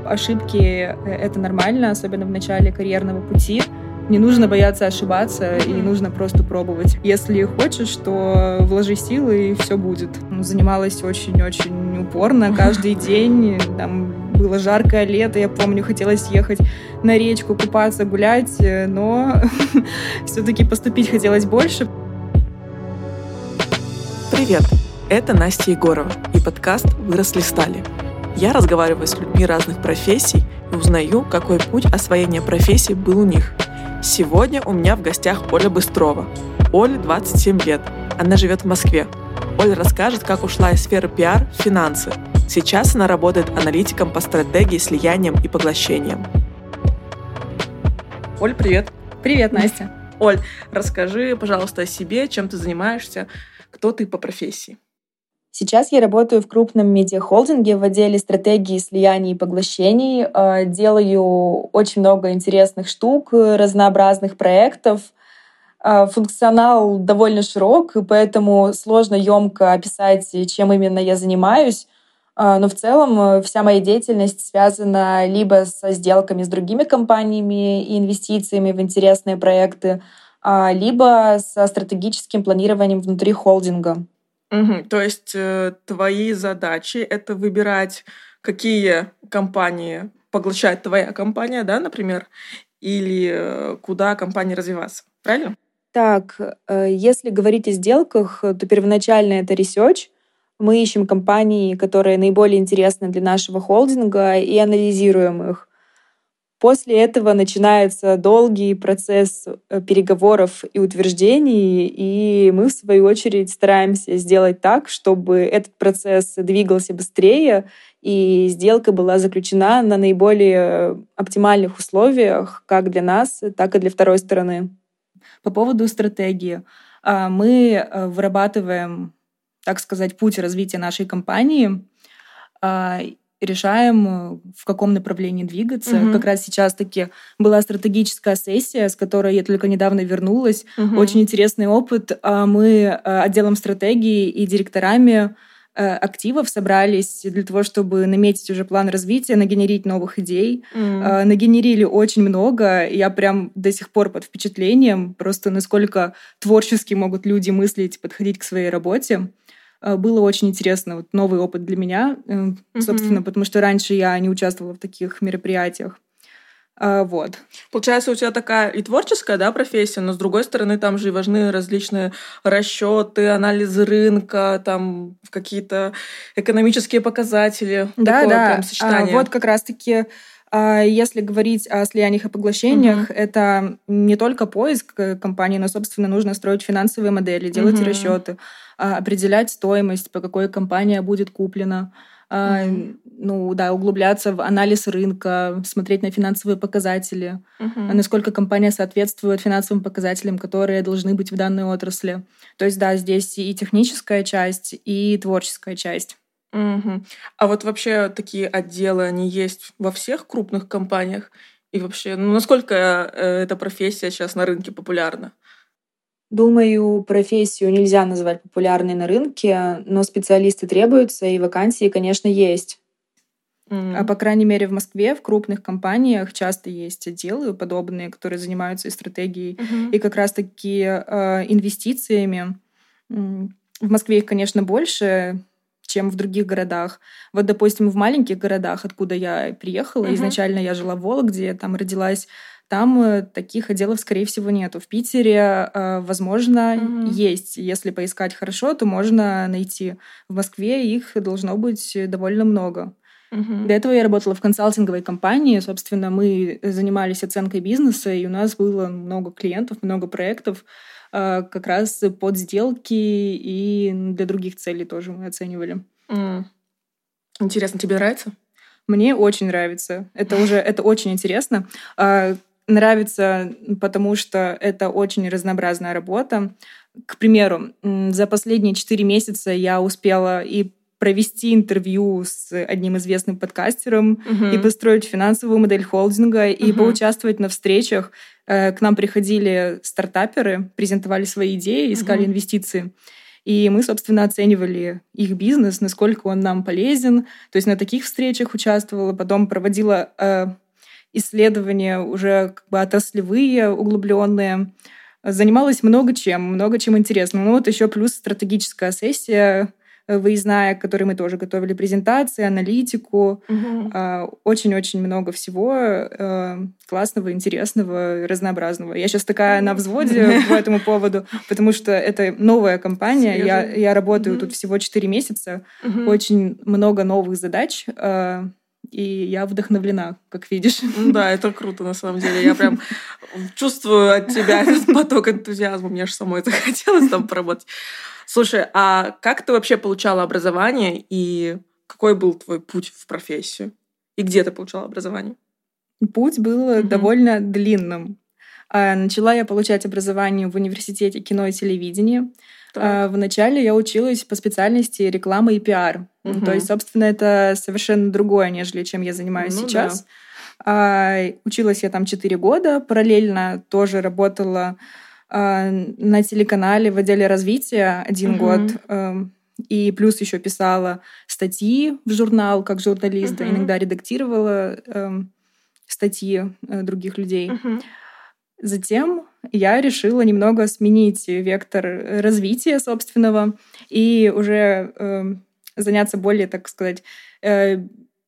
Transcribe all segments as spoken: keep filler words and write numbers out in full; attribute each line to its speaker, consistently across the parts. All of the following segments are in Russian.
Speaker 1: ошибки — это нормально, особенно в начале карьерного пути. Не нужно бояться ошибаться, и нужно просто пробовать. Если хочешь, то вложи силы, и все будет. Занималась очень-очень упорно каждый день. Там было жаркое лето, я помню, хотелось ехать на речку, купаться, гулять, но все-таки поступить хотелось больше.
Speaker 2: Привет! Это Настя Егорова и подкаст «Выросли стали». Я разговариваю с людьми разных профессий и узнаю, какой путь освоения профессии был у них. Сегодня у меня в гостях Оля Быстрова. Оле двадцать семь лет. Она живет в Москве. Оля расскажет, как ушла из сферы пиар в финансы. Сейчас она работает аналитиком по стратегии, слияниям и поглощениям. Оль, привет.
Speaker 1: Привет, Настя.
Speaker 2: Оль, расскажи, пожалуйста, о себе, чем ты занимаешься, кто ты по профессии.
Speaker 1: Сейчас я работаю в крупном медиахолдинге в отделе стратегии, слияний и поглощений. Делаю очень много интересных штук, разнообразных проектов. Функционал довольно широк, и поэтому сложно емко описать, чем именно я занимаюсь. Но в целом вся моя деятельность связана либо со сделками с другими компаниями и инвестициями в интересные проекты, либо со стратегическим планированием внутри холдинга.
Speaker 2: Угу. То есть э, твои задачи — это выбирать, какие компании поглощает твоя компания, да, например, или э, куда компании развиваться, правильно?
Speaker 1: Так, э, если говорить о сделках, то первоначально это ресерч. Мы ищем компании, которые наиболее интересны для нашего холдинга, и анализируем их. После этого начинается долгий процесс переговоров и утверждений, и мы, в свою очередь, стараемся сделать так, чтобы этот процесс двигался быстрее, и сделка была заключена на наиболее оптимальных условиях как для нас, так и для второй стороны. По поводу стратегии. Мы вырабатываем, так сказать, путь развития нашей компании, решаем, в каком направлении двигаться. Uh-huh. Как раз сейчас таки была стратегическая сессия, с которой я только недавно вернулась. Uh-huh. Очень интересный опыт. Мы отделом стратегии и директорами активов собрались для того, чтобы наметить уже план развития, нагенерить новых идей. Uh-huh. Нагенерили очень много. Я прям до сих пор под впечатлением, просто насколько творчески могут люди мыслить, подходить к своей работе. Было очень интересно, вот новый опыт для меня, mm-hmm. собственно, потому что раньше я не участвовала в таких мероприятиях. Вот.
Speaker 2: Получается, у тебя такая и творческая, да, профессия, но с другой стороны, там же и важны различные расчеты, анализы рынка, там какие-то экономические показатели.
Speaker 1: Да,
Speaker 2: такое
Speaker 1: да.
Speaker 2: Прям сочетание.
Speaker 1: Вот как раз-таки, если говорить о слияниях и поглощениях, uh-huh. это не только поиск компании, но, собственно, нужно строить финансовые модели, делать uh-huh. расчеты, определять стоимость, по какой компания будет куплена, mm-hmm. ну да, углубляться в анализ рынка, смотреть на финансовые показатели, mm-hmm. насколько компания соответствует финансовым показателям, которые должны быть в данной отрасли. То есть да, здесь и техническая часть, и творческая часть.
Speaker 2: Mm-hmm. А вот вообще такие отделы, они есть во всех крупных компаниях? И вообще, ну, насколько эта профессия сейчас на рынке популярна?
Speaker 1: Думаю, профессию нельзя назвать популярной на рынке, но специалисты требуются, и вакансии, конечно, есть. Mm-hmm. А, по крайней мере, в Москве в крупных компаниях часто есть отделы подобные, которые занимаются и стратегией, mm-hmm. и как раз-таки э, инвестициями. В Москве их, конечно, больше, чем в других городах. Вот, допустим, в маленьких городах, откуда я приехала, mm-hmm. изначально я жила в Вологде, там родилась, там таких отделов, скорее всего, нету. В Питере, возможно, mm-hmm. есть. Если поискать хорошо, то можно найти. В Москве их должно быть довольно много. Mm-hmm. До этого я работала в консалтинговой компании. Собственно, мы занимались оценкой бизнеса, и у нас было много клиентов, много проектов как раз под сделки, и для других целей тоже мы оценивали.
Speaker 2: Mm. Интересно, тебе нравится?
Speaker 1: Мне очень нравится. Это уже это очень интересно. Нравится, потому что это очень разнообразная работа. К примеру, за последние четыре месяца я успела и провести интервью с одним известным подкастером, uh-huh. и построить финансовую модель холдинга, uh-huh. и поучаствовать на встречах. К нам приходили стартаперы, презентовали свои идеи, искали uh-huh. инвестиции. И мы, собственно, оценивали их бизнес, насколько он нам полезен. То есть на таких встречах участвовала, потом проводила э, исследования уже как бы отраслевые, углубленные. Занималась много чем, много чем интересным. Ну вот еще плюс стратегическая сессия выездная, к которой мы тоже готовили презентации, аналитику.
Speaker 2: Угу.
Speaker 1: Очень-очень много всего классного, интересного, разнообразного. Я сейчас такая на взводе по этому поводу, потому что это новая компания. Я, я работаю угу. тут всего четыре месяца. Угу. Очень много новых задач. И я вдохновлена, как видишь.
Speaker 2: Да, это круто, на самом деле. Я прям чувствую от тебя этот поток энтузиазма. Мне же самой захотелось там поработать. Слушай, а как ты вообще получала образование и какой был твой путь в профессию? И где ты получала образование?
Speaker 1: Путь был mm-hmm. довольно длинным. Начала я получать образование в университете кино и телевидения. Так. Вначале я училась по специальности реклама и пиар. Угу. То есть, собственно, это совершенно другое, нежели чем я занимаюсь ну, сейчас. Да. Училась я там четыре года. Параллельно тоже работала на телеканале в отделе развития один угу. год. И плюс еще писала статьи в журнал как журналист. Угу. Иногда редактировала статьи других людей. Угу. Затем я решила немного сменить вектор развития собственного и уже э, заняться более, так сказать, э,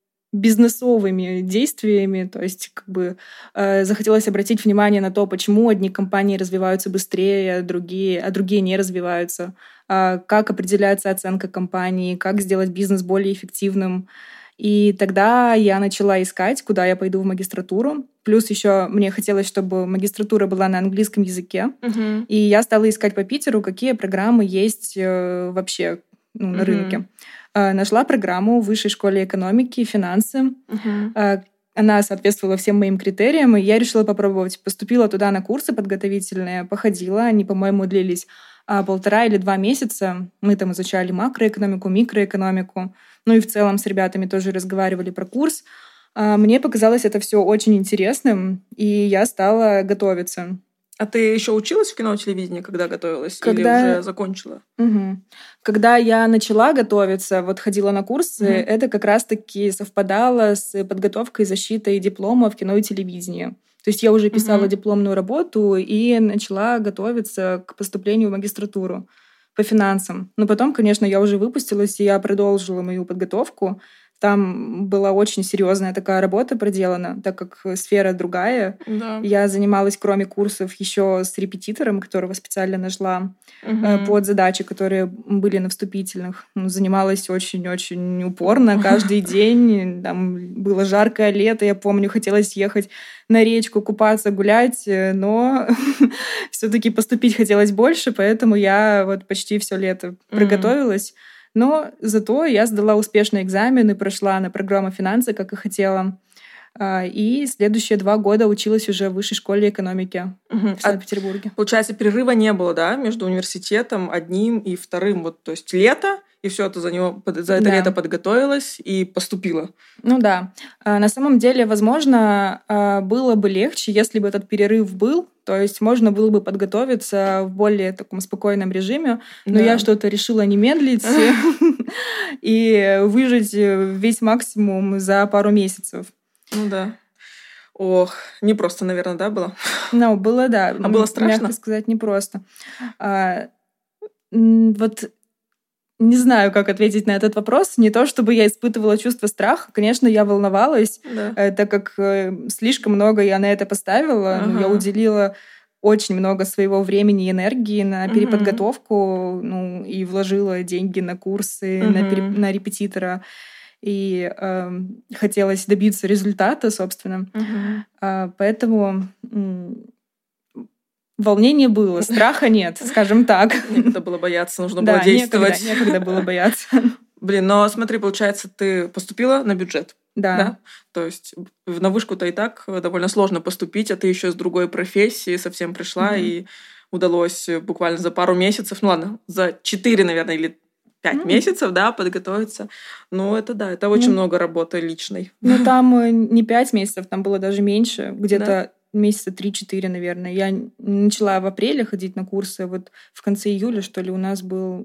Speaker 1: бизнесовыми действиями. То есть как бы э, захотелось обратить внимание на то, почему одни компании развиваются быстрее, а другие, а другие не развиваются, э, как определяется оценка компании, как сделать бизнес более эффективным. И тогда я начала искать, куда я пойду в магистратуру. Плюс еще мне хотелось, чтобы магистратура была на английском языке. Uh-huh. И я стала искать по Питеру, какие программы есть э, вообще ну, на uh-huh. рынке. Э, нашла программу в Высшей школе экономики и финансы. Uh-huh. Э, она соответствовала всем моим критериям, и я решила попробовать. Поступила туда на курсы подготовительные, походила. Они, по-моему, длились э, полтора или два месяца. Мы там изучали макроэкономику, микроэкономику. Ну и в целом с ребятами тоже разговаривали про курс. Мне показалось это все очень интересным, и я стала готовиться.
Speaker 2: А ты еще училась в кино и телевидении, когда готовилась, когда... или уже закончила?
Speaker 1: Угу. Когда я начала готовиться, вот ходила на курсы, угу. это как раз-таки совпадало с подготовкой, защитой диплома в кино и телевидении. То есть я уже писала угу. дипломную работу и начала готовиться к поступлению в магистратуру по финансам. Но потом, конечно, я уже выпустилась, и я продолжила мою подготовку. Там была очень серьезная такая работа проделана, так как сфера другая. Да. Я занималась, кроме курсов, еще с репетитором, которого специально нашла угу. под задачи, которые были на вступительных. Занималась очень-очень упорно каждый день. Там было жаркое лето, я помню, хотелось ехать на речку, купаться, гулять, но все-таки поступить хотелось больше, поэтому я вот почти все лето приготовилась. Но зато я сдала успешный экзамен и прошла на программу финансы, как и хотела. И следующие два года училась уже в Высшей школе экономики угу. в Санкт-Петербурге.
Speaker 2: А, получается, перерыва не было, да, между университетом одним и вторым? Вот, то есть лето, и все, ты за него за это да. лето подготовилась и поступила.
Speaker 1: Ну да. На самом деле, возможно, было бы легче, если бы этот перерыв был. То есть можно было бы подготовиться в более таком спокойном режиме, но да. я что-то решила не медлить и выжить весь максимум за пару месяцев.
Speaker 2: Ну да. Ох, непросто, наверное, да, было?
Speaker 1: Ну, было, да.
Speaker 2: А было страшно?
Speaker 1: Мягко сказать, непросто. А, вот не знаю, как ответить на этот вопрос. Не то, чтобы я испытывала чувство страха. Конечно, я волновалась, да. так как слишком много я на это поставила. Ага. Я уделила очень много своего времени и энергии на переподготовку, угу. ну, и вложила деньги на курсы, угу. на, переп... на репетитора. И э, хотелось добиться результата, собственно. Uh-huh. А, поэтому м- волнение было, страха нет, скажем так.
Speaker 2: Некогда было бояться, нужно было действовать.
Speaker 1: Да, некогда было бояться.
Speaker 2: Блин, но смотри, получается, ты поступила на бюджет.
Speaker 1: Да.
Speaker 2: да. То есть на вышку-то и так довольно сложно поступить, а ты еще с другой профессии совсем пришла, uh-huh. и удалось буквально за пару месяцев, ну ладно, за четыре, наверное, или Пять mm. месяцев, да, подготовиться. Ну, это да, это очень mm. много работы личной.
Speaker 1: Ну, там не пять месяцев, там было даже меньше, где-то да? месяца три-четыре, наверное. Я начала в апреле ходить на курсы, вот в конце июля, что ли, у нас был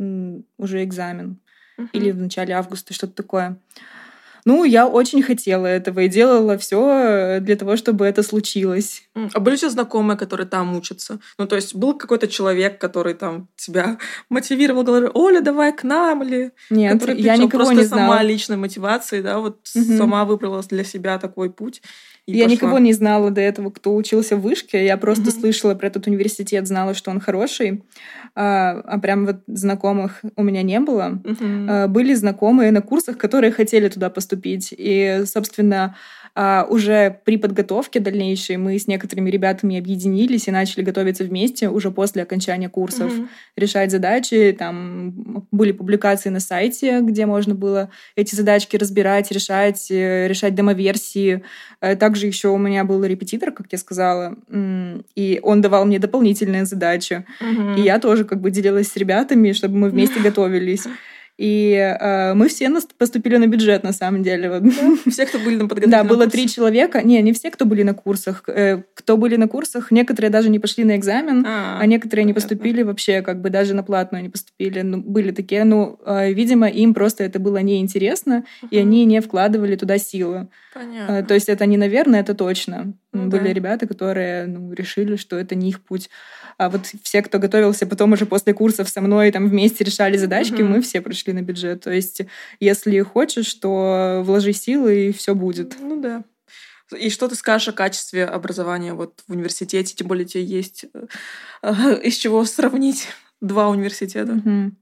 Speaker 1: уже экзамен.
Speaker 2: Мгм.
Speaker 1: Или в начале августа, что-то такое. Ну, я очень хотела этого и делала все для того, чтобы это случилось.
Speaker 2: М, А были у тебя знакомые, которые там учатся? Ну, то есть был какой-то человек, который там тебя мотивировал, говорил: Оля, давай к нам, или
Speaker 1: Нет,
Speaker 2: который
Speaker 1: я
Speaker 2: кричал
Speaker 1: никого
Speaker 2: просто
Speaker 1: не
Speaker 2: сама
Speaker 1: знала.
Speaker 2: личной мотивацией, да, вот
Speaker 1: Мгм.
Speaker 2: сама выбрала для себя такой путь и
Speaker 1: Я
Speaker 2: пошла.
Speaker 1: никого не знала до этого, кто учился в вышке. Я просто
Speaker 2: Мгм.
Speaker 1: слышала про этот университет, знала, что он хороший. А, а прям вот знакомых у меня не было.
Speaker 2: Мгм.
Speaker 1: А, Были знакомые на курсах, которые хотели туда поступить. И, собственно, а, уже при подготовке дальнейшей мы с некоторыми ребятами объединились и начали готовиться вместе уже после окончания курсов,
Speaker 2: Мгм.
Speaker 1: решать задачи. Там были публикации на сайте, где можно было эти задачки разбирать, решать, э, решать демоверсии. Э, Также еще у меня был репетитор, как я сказала, м, и он давал мне дополнительные задачи.
Speaker 2: Мгм.
Speaker 1: И я тоже как бы делилась с ребятами, чтобы мы вместе готовились. И э, мы все нас- поступили на бюджет, на самом деле. Вот.
Speaker 2: Да, все, кто были на
Speaker 1: Да,
Speaker 2: подготовительном
Speaker 1: было
Speaker 2: курсе.
Speaker 1: три человека. Не, не все, кто были на курсах. Э, Кто были на курсах, некоторые даже не пошли на экзамен,
Speaker 2: А,
Speaker 1: а некоторые не
Speaker 2: понятно.
Speaker 1: поступили вообще, как бы даже на платную не поступили. Ну, были такие, ну, э, видимо, им просто это было неинтересно, и
Speaker 2: Мгм.
Speaker 1: они не вкладывали туда силы. Э,
Speaker 2: Понятно.
Speaker 1: То есть это не наверное, это точно.
Speaker 2: Ну
Speaker 1: Были
Speaker 2: да.
Speaker 1: ребята, которые ну, решили, что это не их путь. А вот все, кто готовился потом уже после курсов со мной, там вместе решали задачки,
Speaker 2: Мгм.
Speaker 1: мы все прошли на бюджет. То есть если хочешь, то вложи силы, и все будет.
Speaker 2: Ну да. И что ты скажешь о качестве образования вот в университете? Тем более, у тебя есть э, э, из чего сравнить два университета.
Speaker 1: Мгм.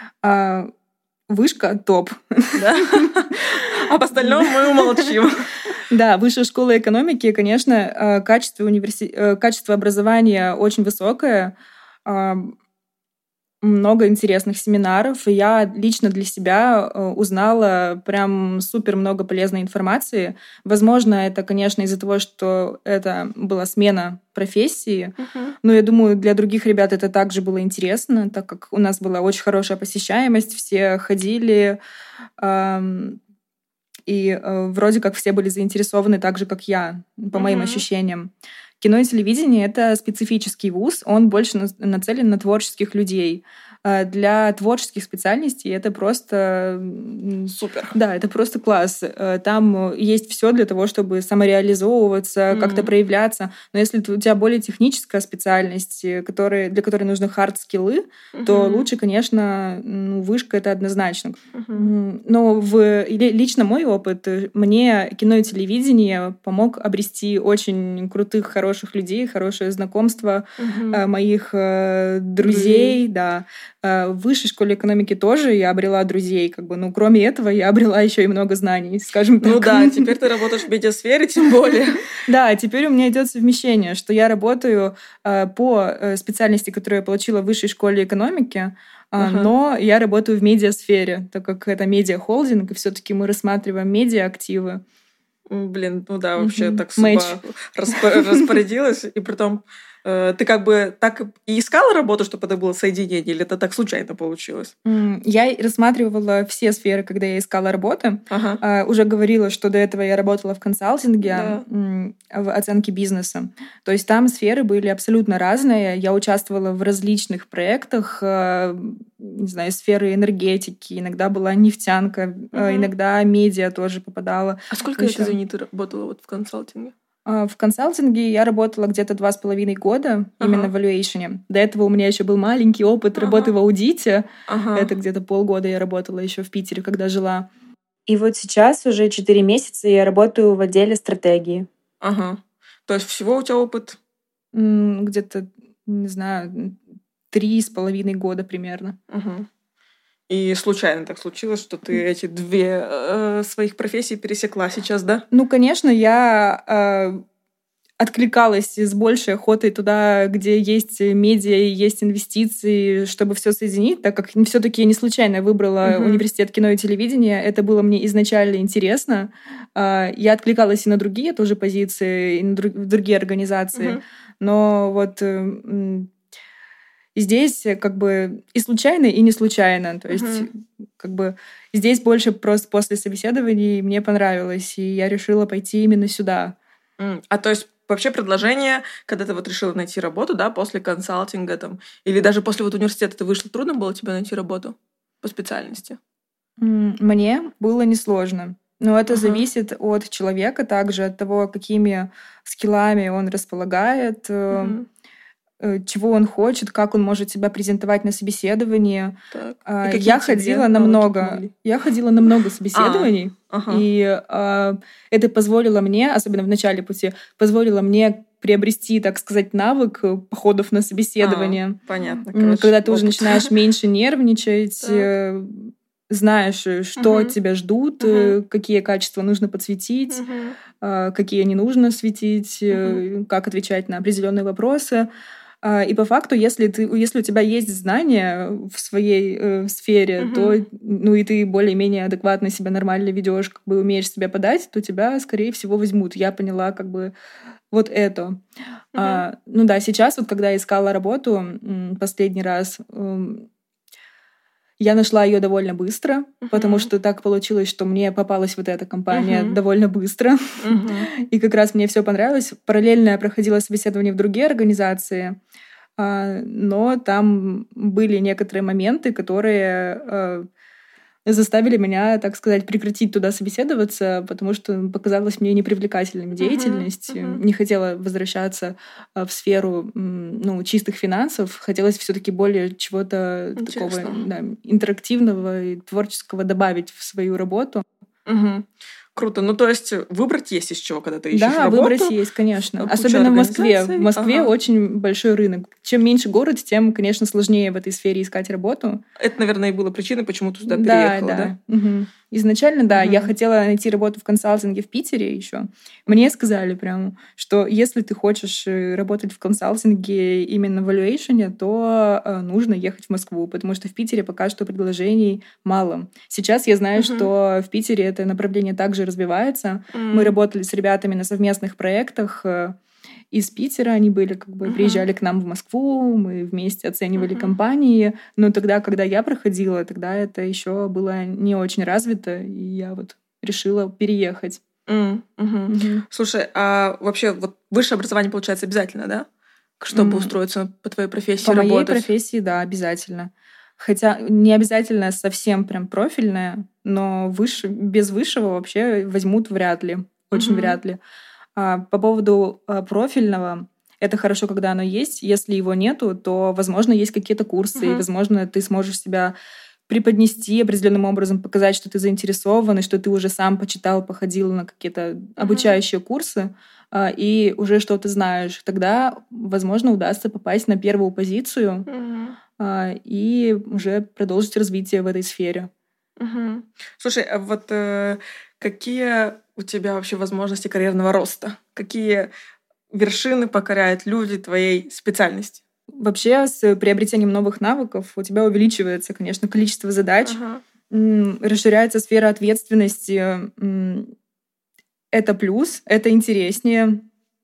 Speaker 1: А вышка топ.
Speaker 2: Да? Об остальном мы умолчим.
Speaker 1: Да, высшая школа экономики, конечно, э, качество, универси... э, качество образования очень высокое. А, Много интересных семинаров, и я лично для себя э, узнала прям супер много полезной информации. Возможно, это, конечно, из-за того, что это была смена профессии,
Speaker 2: Мгм.
Speaker 1: но я думаю, для других ребят это также было интересно, так как у нас была очень хорошая посещаемость, все ходили, ам, и э, вроде как все были заинтересованы так же, как я, по моим
Speaker 2: Мгм.
Speaker 1: ощущениям. Кино и телевидение — это специфический вуз, он больше на- нацелен на творческих людей. А Для творческих специальностей это просто... м,
Speaker 2: Супер.
Speaker 1: Да, это просто класс. Э, Там э, есть все для того, чтобы самореализовываться, как-то
Speaker 2: М.
Speaker 1: проявляться. Но если т- у тебя более техническая специальность, э, которая- для которой нужны хард-скиллы, то
Speaker 2: Мгм.
Speaker 1: лучше, конечно, ну, вышка — это однозначно.
Speaker 2: Мгм.
Speaker 1: М, Но в, ли- лично мой опыт, э, мне кино и телевидение помог обрести очень крутых, хороших людей, хорошее знакомство
Speaker 2: Мгм.
Speaker 1: э, моих э, друзей, да. Э, В высшей школе экономики тоже я обрела друзей, как бы, ну, кроме этого, я обрела еще и много знаний, скажем так.
Speaker 2: Ну да, теперь ты работаешь в медиасфере, тем более.
Speaker 1: Да, теперь у меня идет совмещение, что я работаю э, по э, специальности, которую я получила в высшей школе экономики, а,
Speaker 2: Ага.
Speaker 1: но я работаю в медиасфере, так как это медиахолдинг, и все-таки мы рассматриваем медиа-активы.
Speaker 2: М, Блин, ну да, вообще
Speaker 1: Мгм.
Speaker 2: так судьба
Speaker 1: Мэч.
Speaker 2: распо- распорядилась. И притом э, ты как бы так и искала работу, чтобы это было соединение, или это так случайно получилось?
Speaker 1: М, Я и рассматривала все сферы, когда я искала работы.
Speaker 2: Ага.
Speaker 1: А, Уже говорила, что до этого я работала в консалтинге,
Speaker 2: Да.
Speaker 1: м, в оценке бизнеса. То есть там сферы были абсолютно разные. Я участвовала в различных проектах, э, не знаю, сферы энергетики, иногда была нефтянка, э,
Speaker 2: Мгм.
Speaker 1: иногда медиа тоже попадала.
Speaker 2: А сколько лет,
Speaker 1: Ещё.
Speaker 2: извини, ты работала вот в консалтинге?
Speaker 1: А, В консалтинге я работала где-то два с половиной года именно
Speaker 2: Ага.
Speaker 1: в valuation. До этого у меня еще был маленький опыт работы
Speaker 2: Ага.
Speaker 1: в аудите.
Speaker 2: Ага.
Speaker 1: Это где-то полгода я работала еще в Питере, когда жила. И вот сейчас уже четыре месяца я работаю в отделе стратегии.
Speaker 2: Ага. То есть всего у тебя опыт?
Speaker 1: М, Где-то, не знаю, м, три с половиной года примерно.
Speaker 2: Мгм. И случайно так случилось, что ты эти две э, своих профессий пересекла сейчас, да?
Speaker 1: Ну, конечно, я э, откликалась с большей охотой туда, где есть медиа и есть инвестиции, чтобы все соединить, так как все-таки я не случайно выбрала
Speaker 2: Мгм.
Speaker 1: университет кино и телевидения. Это было мне изначально интересно. А, Я откликалась и на другие тоже позиции, и на друг- в другие организации.
Speaker 2: Мгм.
Speaker 1: Но вот э, м, здесь э, как бы и случайно, и не случайно. То есть
Speaker 2: Мгм.
Speaker 1: как бы здесь больше просто после собеседований мне понравилось, и я решила пойти именно сюда.
Speaker 2: М, А то есть вообще предложение, когда ты вот решила найти работу, да, после консалтинга там, или даже после вот университета ты вышла, трудно было тебе найти работу по специальности?
Speaker 1: Мне было несложно. Но это
Speaker 2: Ага.
Speaker 1: зависит от человека, также от того, какими скиллами он располагает,
Speaker 2: Мгм.
Speaker 1: э, чего он хочет, как он может себя презентовать на собеседовании.
Speaker 2: Так.
Speaker 1: А,
Speaker 2: И какие
Speaker 1: Я
Speaker 2: тебе
Speaker 1: ходила на
Speaker 2: навыки
Speaker 1: много,
Speaker 2: помогли?
Speaker 1: я ходила на много
Speaker 2: А,
Speaker 1: собеседований,
Speaker 2: ага.
Speaker 1: и а, это позволило мне, особенно в начале пути, позволило мне приобрести, так сказать, навык э, походов на
Speaker 2: А,
Speaker 1: собеседование.
Speaker 2: понятно,
Speaker 1: М,
Speaker 2: короче,
Speaker 1: Когда ты уже
Speaker 2: опыт.
Speaker 1: начинаешь меньше нервничать,
Speaker 2: Так.
Speaker 1: э, знаешь, э, что от
Speaker 2: Мгм.
Speaker 1: тебя ждут,
Speaker 2: Мгм.
Speaker 1: э, какие качества нужно подсветить,
Speaker 2: Мгм.
Speaker 1: а, какие не нужно светить,
Speaker 2: Мгм.
Speaker 1: э, как отвечать на определенные вопросы. А, И по факту, если ты, если у тебя есть знания в своей э, сфере, то,
Speaker 2: Мгм.
Speaker 1: ну и ты более-менее адекватно себя нормально ведешь, как бы умеешь себя подать, то тебя, скорее всего, возьмут. Я поняла как бы вот это.
Speaker 2: Мгм.
Speaker 1: А, ну да, сейчас вот, когда я искала работу м, последний раз, м, я нашла ее довольно быстро, потому
Speaker 2: Мгм.
Speaker 1: что так получилось, что мне попалась вот эта компания
Speaker 2: Мгм.
Speaker 1: довольно быстро.
Speaker 2: Мгм.
Speaker 1: И как раз мне все понравилось. Параллельно я проходила собеседование в другие организации, а, но там были некоторые моменты, которые э, заставили меня, так сказать, прекратить туда собеседоваться, потому что показалась мне непривлекательной
Speaker 2: Мгм.
Speaker 1: деятельность.
Speaker 2: Мгм.
Speaker 1: Не хотела возвращаться а, в сферу м, ну, чистых финансов. Хотелось все-таки более чего-то такого
Speaker 2: Интересно.
Speaker 1: да, интерактивного и творческого добавить в свою работу.
Speaker 2: Мгм. Круто. Ну, то есть выбрать есть из чего, когда ты ищешь
Speaker 1: Да, выбрать
Speaker 2: работу.
Speaker 1: есть, конечно.
Speaker 2: Куча
Speaker 1: Особенно в Москве. В
Speaker 2: организаций.
Speaker 1: Москве
Speaker 2: Ага.
Speaker 1: очень большой рынок. Чем меньше город, тем, конечно, сложнее в этой сфере искать работу.
Speaker 2: Это, наверное, и было причиной, почему ты туда
Speaker 1: Да,
Speaker 2: переехала, да?
Speaker 1: да. Мгм. Изначально, да, я
Speaker 2: Мгм.
Speaker 1: хотела найти работу в консалтинге в Питере еще. Мне сказали прям, что если ты хочешь э, работать в консалтинге именно в valuation, то э, нужно ехать в Москву, потому что в Питере пока что предложений мало. Сейчас я знаю,
Speaker 2: Мгм.
Speaker 1: что в Питере это направление также развивается. Мы
Speaker 2: М.
Speaker 1: работали с ребятами на совместных проектах э, из Питера. Они были, как бы,
Speaker 2: Мгм.
Speaker 1: приезжали к нам в Москву, мы вместе оценивали
Speaker 2: Мгм.
Speaker 1: компании. Но тогда, когда я проходила, тогда это еще было не очень развито, и я вот решила переехать.
Speaker 2: М. Мгм.
Speaker 1: Мгм.
Speaker 2: Слушай, а вообще вот высшее образование получается обязательно, да? Чтобы
Speaker 1: М,
Speaker 2: устроиться по твоей профессии
Speaker 1: По моей
Speaker 2: работать?
Speaker 1: профессии, да, обязательно. Хотя не обязательно совсем прям профильное, но выше, без высшего вообще возьмут вряд ли. Очень
Speaker 2: Мгм.
Speaker 1: вряд ли. А, По поводу а, профильного, это хорошо, когда оно есть. Если его нету, то, возможно, есть какие-то курсы, и,
Speaker 2: Мгм.
Speaker 1: возможно, ты сможешь себя преподнести определенным образом, показать, что ты заинтересован, и что ты уже сам почитал, походил на какие-то
Speaker 2: Мгм.
Speaker 1: обучающие курсы, а, и уже что-то знаешь. Тогда, возможно, удастся попасть на первую позицию
Speaker 2: Мгм.
Speaker 1: а, и уже продолжить развитие в этой сфере.
Speaker 2: Мгм. Слушай, а вот э, какие у тебя вообще возможности карьерного роста? Какие вершины покоряют люди твоей специальности?
Speaker 1: Вообще, с приобретением новых навыков у тебя увеличивается, конечно, количество задач,
Speaker 2: Ага.
Speaker 1: м, расширяется сфера ответственности. м, Это плюс, это интереснее.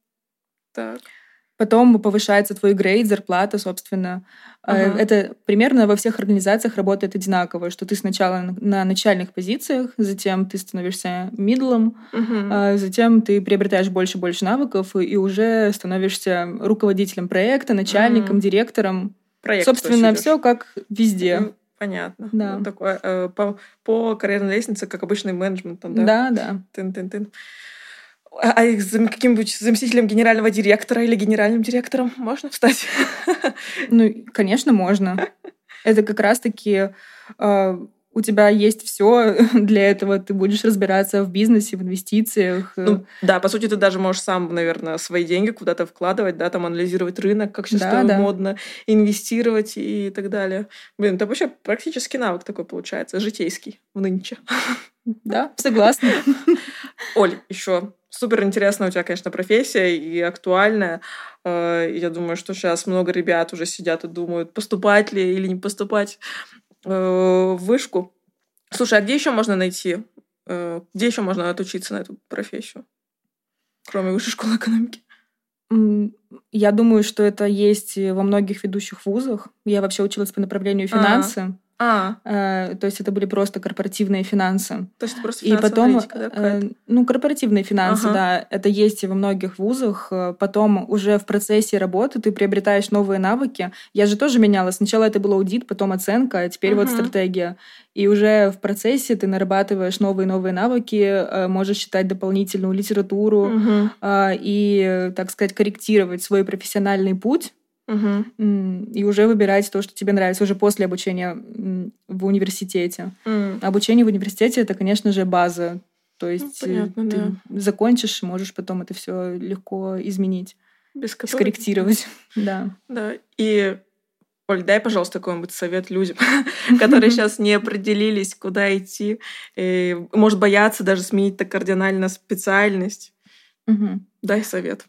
Speaker 2: Так.
Speaker 1: Потом повышается твой грейд, зарплата, собственно. Э,
Speaker 2: Ага.
Speaker 1: Это примерно во всех организациях работает одинаково, что ты сначала на на начальных позициях, затем ты становишься мидлом,
Speaker 2: Мгм.
Speaker 1: а затем ты приобретаешь больше и больше навыков и и уже становишься руководителем проекта, начальником,
Speaker 2: М.
Speaker 1: директором.
Speaker 2: Проект, то есть
Speaker 1: Собственно,
Speaker 2: идешь.
Speaker 1: все как везде.
Speaker 2: М, Понятно. Ну,
Speaker 1: Да.
Speaker 2: такое э, по, по карьерной лестнице, как обычный менеджмент, там, да?
Speaker 1: Да, да.
Speaker 2: Тын-тын-тын. А, а их зам- каким-нибудь заместителем генерального директора или генеральным директором можно встать?
Speaker 1: Ну, и, конечно, можно. Это как раз-таки э, у тебя есть все для этого. Ты будешь разбираться в бизнесе, в инвестициях. э,
Speaker 2: Ну, да, по сути, ты даже можешь сам, наверное, свои деньги куда-то вкладывать, да, там анализировать рынок, как сейчас
Speaker 1: Да, да.
Speaker 2: модно, инвестировать и так далее. Блин, это вообще практически навык такой получается, житейский в нынче.
Speaker 1: Да, согласна.
Speaker 2: Оль, еще супер интересная у тебя, конечно, профессия и актуальная. Э, Я думаю, что сейчас много ребят уже сидят и думают, поступать ли или не поступать э, в вышку. Слушай, а где еще можно найти? э, Где еще можно отучиться на эту профессию, кроме высшей школы экономики?
Speaker 1: М, Я думаю, что это есть и во многих ведущих вузах. Я вообще училась по направлению
Speaker 2: А,
Speaker 1: финансы.
Speaker 2: А.
Speaker 1: Э, то есть это были просто корпоративные финансы.
Speaker 2: То есть это просто
Speaker 1: и потом,
Speaker 2: аналитика, да,
Speaker 1: э, ну, корпоративные финансы,
Speaker 2: ага.
Speaker 1: да, это есть и во многих вузах. Потом уже в процессе работы ты приобретаешь новые навыки. Я же тоже меняла. Сначала это был аудит, потом оценка, а теперь uh-huh. вот стратегия. И уже в процессе ты нарабатываешь новые-новые навыки, можешь читать дополнительную литературу
Speaker 2: uh-huh.
Speaker 1: и, так сказать, корректировать свой профессиональный путь.
Speaker 2: Uh-huh.
Speaker 1: И уже выбирать то, что тебе нравится, уже после обучения в университете.
Speaker 2: Uh-huh.
Speaker 1: Обучение в университете — это, конечно же, база. То есть
Speaker 2: ну, понятно,
Speaker 1: ты
Speaker 2: да.
Speaker 1: закончишь, можешь потом это все легко изменить,
Speaker 2: без которой...
Speaker 1: скорректировать. Да.
Speaker 2: Да. И, Оль, дай, пожалуйста, какой-нибудь совет людям, которые сейчас не определились, куда идти, может, боятся даже сменить так кардинально специальность. Дай совет.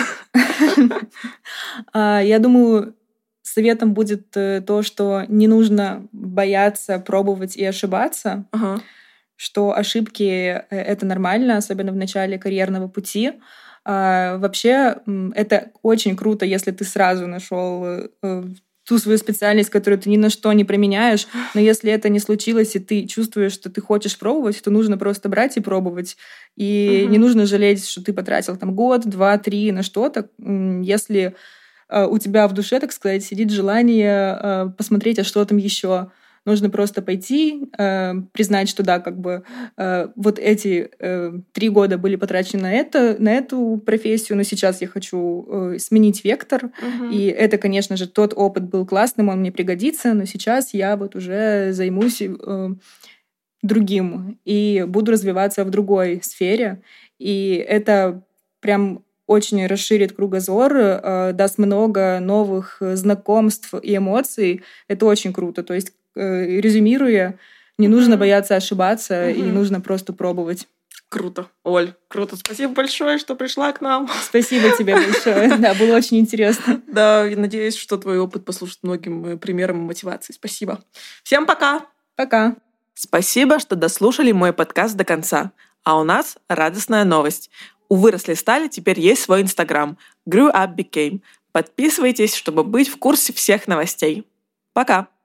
Speaker 1: Я думаю, советом будет то, что не нужно бояться пробовать и ошибаться,
Speaker 2: ага.
Speaker 1: что ошибки — это нормально, особенно в начале карьерного пути. Вообще, это очень круто, если ты сразу нашел ту свою специальность, которую ты ни на что не применяешь, но если это не случилось, и ты чувствуешь, что ты хочешь пробовать, то нужно просто брать и пробовать. И uh-huh. не нужно жалеть, что ты потратил там год, два, три на что-то. Если у тебя в душе, так сказать, сидит желание посмотреть, а что там еще. Нужно просто пойти, э, признать, что да, как бы э, вот эти э, три года были потрачены на это, на эту профессию, но сейчас я хочу э, сменить вектор.
Speaker 2: Uh-huh.
Speaker 1: И это, конечно же, тот опыт был классным, он мне пригодится, но сейчас я вот уже займусь э, другим и буду развиваться в другой сфере. И это прям очень расширит кругозор, э, даст много новых знакомств и эмоций. Это очень круто. То есть резюмируя, не нужно mm-hmm. бояться ошибаться, mm-hmm. и нужно просто пробовать.
Speaker 2: Круто. Оль, круто. Спасибо большое, что пришла к нам.
Speaker 1: Спасибо тебе большое. Да, было очень интересно.
Speaker 2: Да, и надеюсь, что твой опыт послужит многим примером мотивации. Спасибо. Всем пока.
Speaker 1: Пока.
Speaker 2: Спасибо, что дослушали мой подкаст до конца. А у нас радостная новость. У «Выросли стали» теперь есть свой инстаграм grew up became. Подписывайтесь, чтобы быть в курсе всех новостей. Пока.